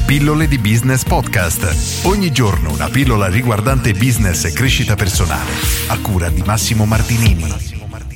Pillole di Business Podcast. Ogni giorno una pillola riguardante business e crescita personale. A cura di Massimo Martinini.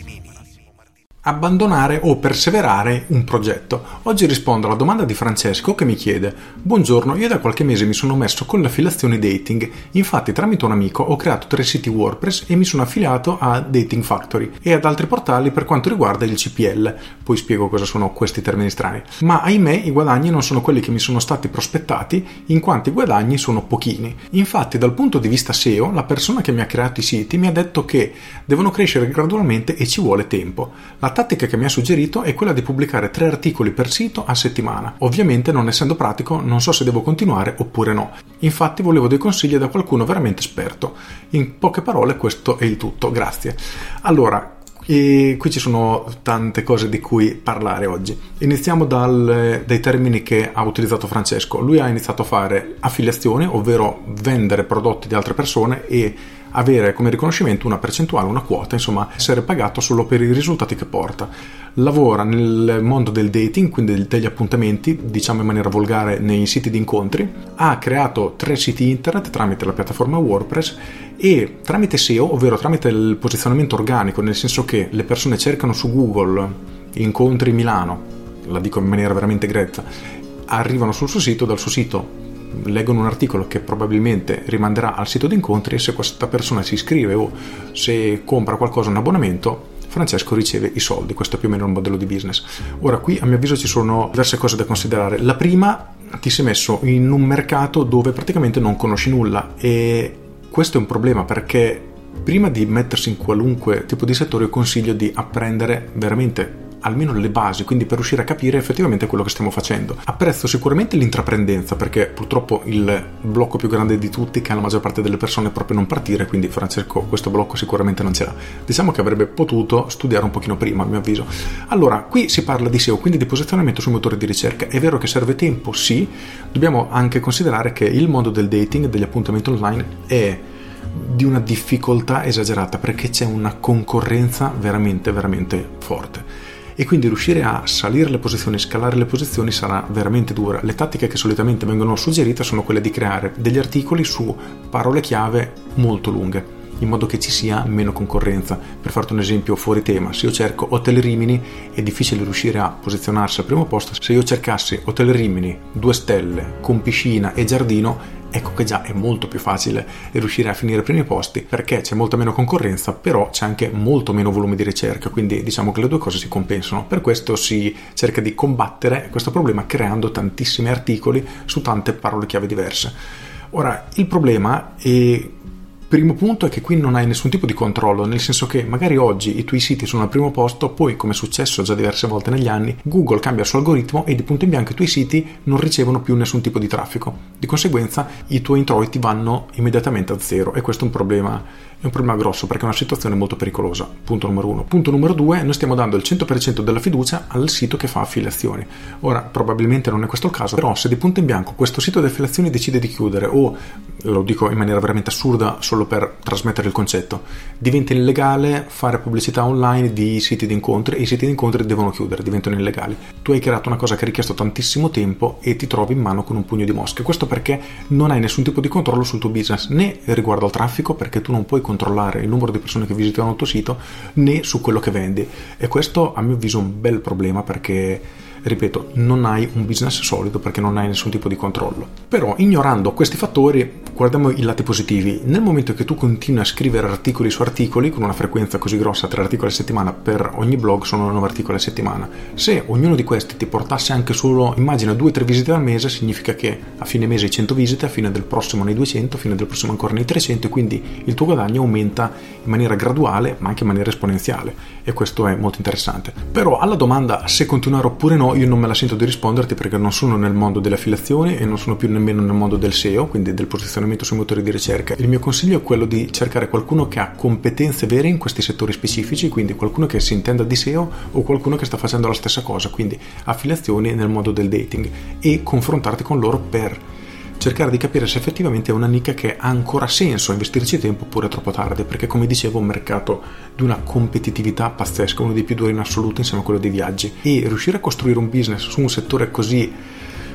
Abbandonare o perseverare un progetto. Oggi rispondo alla domanda di Francesco che mi chiede: buongiorno, io da qualche mese mi sono messo con le affiliazioni dating. Infatti tramite un amico ho creato 3 siti WordPress e mi sono affiliato a Dating Factory e ad altri portali per quanto riguarda il CPL. Poi spiego cosa sono questi termini strani. Ma ahimè i guadagni non sono quelli che mi sono stati prospettati, in quanto i guadagni sono pochini. Infatti dal punto di vista SEO la persona che mi ha creato i siti mi ha detto che devono crescere gradualmente e ci vuole tempo. La tattica che mi ha suggerito è quella di pubblicare 3 articoli per sito a settimana. Ovviamente, non essendo pratico, non so se devo continuare oppure no. Infatti volevo dei consigli da qualcuno veramente esperto. In poche parole questo è il tutto, grazie. Allora, qui ci sono tante cose di cui parlare oggi. Iniziamo dai termini che ha utilizzato Francesco. Lui ha iniziato a fare affiliazione, ovvero vendere prodotti di altre persone e avere come riconoscimento una percentuale, una quota, insomma essere pagato solo per i risultati che porta. Lavora nel mondo del dating, quindi degli appuntamenti, diciamo in maniera volgare nei siti di incontri. Ha creato 3 siti internet tramite la piattaforma WordPress e tramite SEO, ovvero tramite il posizionamento organico, nel senso che le persone cercano su Google incontri Milano, la dico in maniera veramente grezza, arrivano sul suo sito, dal suo sito leggono un articolo che probabilmente rimanderà al sito di incontri e se questa persona si iscrive o se compra qualcosa, un abbonamento, Francesco riceve i soldi. Questo è più o meno il modello di business. Ora qui a mio avviso ci sono diverse cose da considerare. La prima, ti sei messo in un mercato dove praticamente non conosci nulla e questo è un problema perché prima di mettersi in qualunque tipo di settore io consiglio di apprendere veramente almeno le basi, quindi per riuscire a capire effettivamente quello che stiamo facendo. Apprezzo sicuramente l'intraprendenza perché purtroppo il blocco più grande di tutti che ha la maggior parte delle persone è proprio non partire, quindi Francesco questo blocco sicuramente non ce l'ha. Diciamo che avrebbe potuto studiare un pochino prima a mio avviso. Allora, qui si parla di SEO, quindi di posizionamento sui motori di ricerca. È vero che serve tempo, sì, dobbiamo anche considerare che il mondo del dating, degli appuntamenti online è di una difficoltà esagerata perché c'è una concorrenza veramente veramente forte. E quindi riuscire a salire le posizioni, scalare le posizioni sarà veramente dura. Le tattiche che solitamente vengono suggerite sono quelle di creare degli articoli su parole chiave molto lunghe, in modo che ci sia meno concorrenza. Per farti un esempio fuori tema, se io cerco Hotel Rimini è difficile riuscire a posizionarsi al primo posto. Se io cercassi Hotel Rimini 2 stelle con piscina e giardino, ecco che già è molto più facile riuscire a finire ai primi posti perché c'è molta meno concorrenza, però c'è anche molto meno volume di ricerca, quindi diciamo che le due cose si compensano. Per questo si cerca di combattere questo problema creando tantissimi articoli su tante parole chiave diverse. Ora, il problema è primo punto è che qui non hai nessun tipo di controllo, nel senso che magari oggi i tuoi siti sono al primo posto, poi come è successo già diverse volte negli anni, Google cambia il suo algoritmo e di punto in bianco i tuoi siti non ricevono più nessun tipo di traffico. Di conseguenza i tuoi introiti vanno immediatamente a zero e questo è un problema grosso perché è una situazione molto pericolosa. Punto numero 1. Punto numero 2, noi stiamo dando il 100% della fiducia al sito che fa affiliazioni. Ora, probabilmente non è questo il caso, però se di punto in bianco questo sito di affiliazioni decide di chiudere o, lo dico in maniera veramente assurda solo per trasmettere il concetto, diventa illegale fare pubblicità online di siti di incontri e i siti di incontri devono chiudere, diventano illegali. Tu hai creato una cosa che ha richiesto tantissimo tempo e ti trovi in mano con un pugno di mosche. Questo perché non hai nessun tipo di controllo sul tuo business, né riguardo al traffico perché tu non puoi controllare il numero di persone che visitano il tuo sito, né su quello che vendi. E questo a mio avviso è un bel problema perché, ripeto, non hai un business solido perché non hai nessun tipo di controllo. Però ignorando questi fattori guardiamo i lati positivi. Nel momento che tu continui a scrivere articoli su articoli con una frequenza così grossa, 3 articoli a settimana per ogni blog sono 9 articoli a settimana, se ognuno di questi ti portasse anche solo, immagina 2-3 visite al mese, significa che a fine mese hai 100 visite, a fine del prossimo nei 200, a fine del prossimo ancora nei 300 e quindi il tuo guadagno aumenta in maniera graduale ma anche in maniera esponenziale e questo è molto interessante. Però alla domanda se continuare oppure no io non me la sento di risponderti perché non sono nel mondo delle affiliazioni e non sono più nemmeno nel mondo del SEO, quindi del posizionamento sui motori di ricerca. Il mio consiglio è quello di cercare qualcuno che ha competenze vere in questi settori specifici, quindi qualcuno che si intenda di SEO o qualcuno che sta facendo la stessa cosa, quindi affiliazioni nel mondo del dating, e confrontarti con loro per cercare di capire se effettivamente è una nicchia che ha ancora senso investirci tempo oppure è troppo tardi, perché come dicevo è un mercato di una competitività pazzesca, uno dei più duri in assoluto insieme a quello dei viaggi, e riuscire a costruire un business su un settore così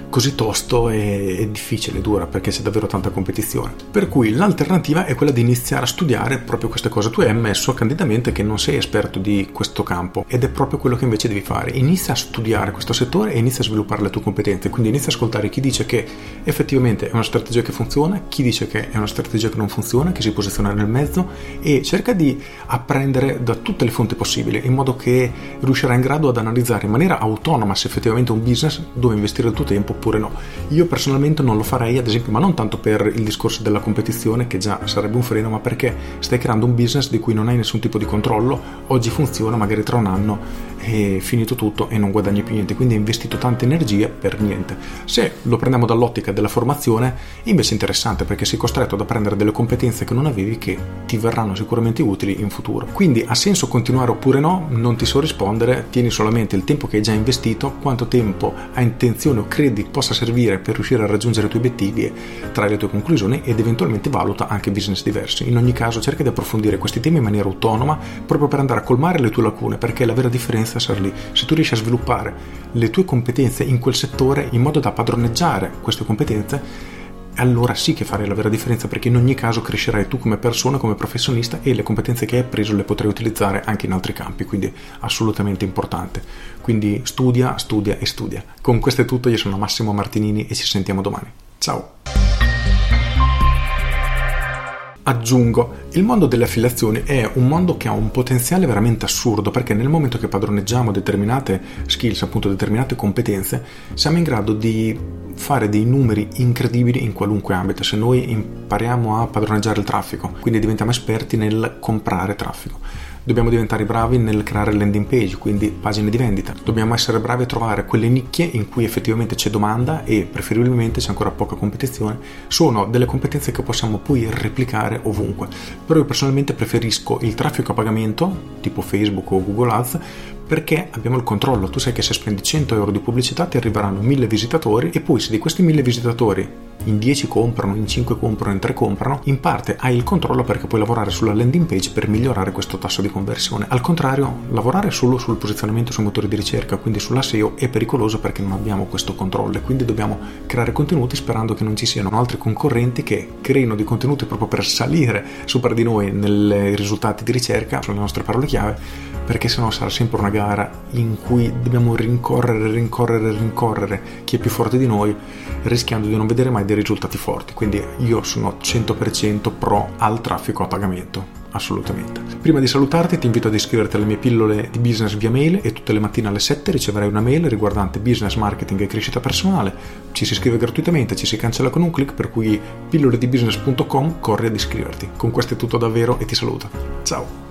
così tosto e difficile, dura, perché c'è davvero tanta competizione. Per cui l'alternativa è quella di iniziare a studiare proprio queste cose. Tu hai ammesso candidamente che non sei esperto di questo campo ed è proprio quello che invece devi fare. Inizia a studiare questo settore e inizia a sviluppare le tue competenze, quindi inizia a ascoltare chi dice che effettivamente è una strategia che funziona, chi dice che è una strategia che non funziona, che si posiziona nel mezzo, e cerca di apprendere da tutte le fonti possibili in modo che riuscirai in grado ad analizzare in maniera autonoma se effettivamente è un business dove investire il tuo tempo oppure no. Io personalmente non lo farei, ad esempio, ma non tanto per il discorso della competizione, che già sarebbe un freno, ma perché stai creando un business di cui non hai nessun tipo di controllo. Oggi funziona, magari tra un anno è finito tutto e non guadagni più niente, quindi hai investito tante energie per niente. Se lo prendiamo dall'ottica della formazione, invece è interessante, perché sei costretto ad apprendere delle competenze che non avevi, che ti verranno sicuramente utili in futuro. Quindi ha senso continuare oppure no? Non ti so rispondere. Tieni solamente il tempo che hai già investito, quanto tempo hai intenzione o credi possa servire per riuscire a raggiungere i tuoi obiettivi, e trai le tue conclusioni ed eventualmente valuta anche business diversi. In ogni caso cerca di approfondire questi temi in maniera autonoma, proprio per andare a colmare le tue lacune, perché la vera differenza sarà lì. Se tu riesci a sviluppare le tue competenze in quel settore in modo da padroneggiare queste competenze, allora sì che farai la vera differenza, perché in ogni caso crescerai tu come persona, come professionista, e le competenze che hai appreso le potrai utilizzare anche in altri campi, quindi assolutamente importante. Quindi studia, studia e studia. Con questo è tutto, io sono Massimo Martinini e ci sentiamo domani. Ciao! Aggiungo, il mondo delle affiliazioni è un mondo che ha un potenziale veramente assurdo, perché nel momento che padroneggiamo determinate skills, appunto determinate competenze, siamo in grado di fare dei numeri incredibili in qualunque ambito. Se noi impariamo a padroneggiare il traffico, quindi diventiamo esperti nel comprare traffico, dobbiamo diventare bravi nel creare landing page, quindi pagine di vendita. Dobbiamo essere bravi a trovare quelle nicchie in cui effettivamente c'è domanda e preferibilmente c'è ancora poca competizione. Sono delle competenze che possiamo poi replicare ovunque. Però io personalmente preferisco il traffico a pagamento, tipo Facebook o Google Ads, perché abbiamo il controllo. Tu sai che se spendi 100 euro di pubblicità ti arriveranno 1000 visitatori, e poi se di questi 1000 visitatori in 10 comprano, in 5 comprano, in 3 comprano, in parte hai il controllo, perché puoi lavorare sulla landing page per migliorare questo tasso di conversione. Al contrario, lavorare solo sul posizionamento sui motori di ricerca, quindi sulla SEO, è pericoloso perché non abbiamo questo controllo, e quindi dobbiamo creare contenuti sperando che non ci siano altri concorrenti che creino di contenuti proprio per salire sopra di noi nei risultati di ricerca, sulle nostre parole chiave, perché sennò sarà sempre una gara in cui dobbiamo rincorrere chi è più forte di noi, rischiando di non vedere mai dei risultati forti. Quindi io sono 100% pro al traffico a pagamento, assolutamente. Prima di salutarti ti invito ad iscriverti alle mie pillole di business via mail, e tutte le mattine alle 7 riceverai una mail riguardante business, marketing e crescita personale. Ci si iscrive gratuitamente, ci si cancella con un click, per cui pilloledibusiness.com, corri ad iscriverti. Con questo è tutto davvero e ti saluto. Ciao!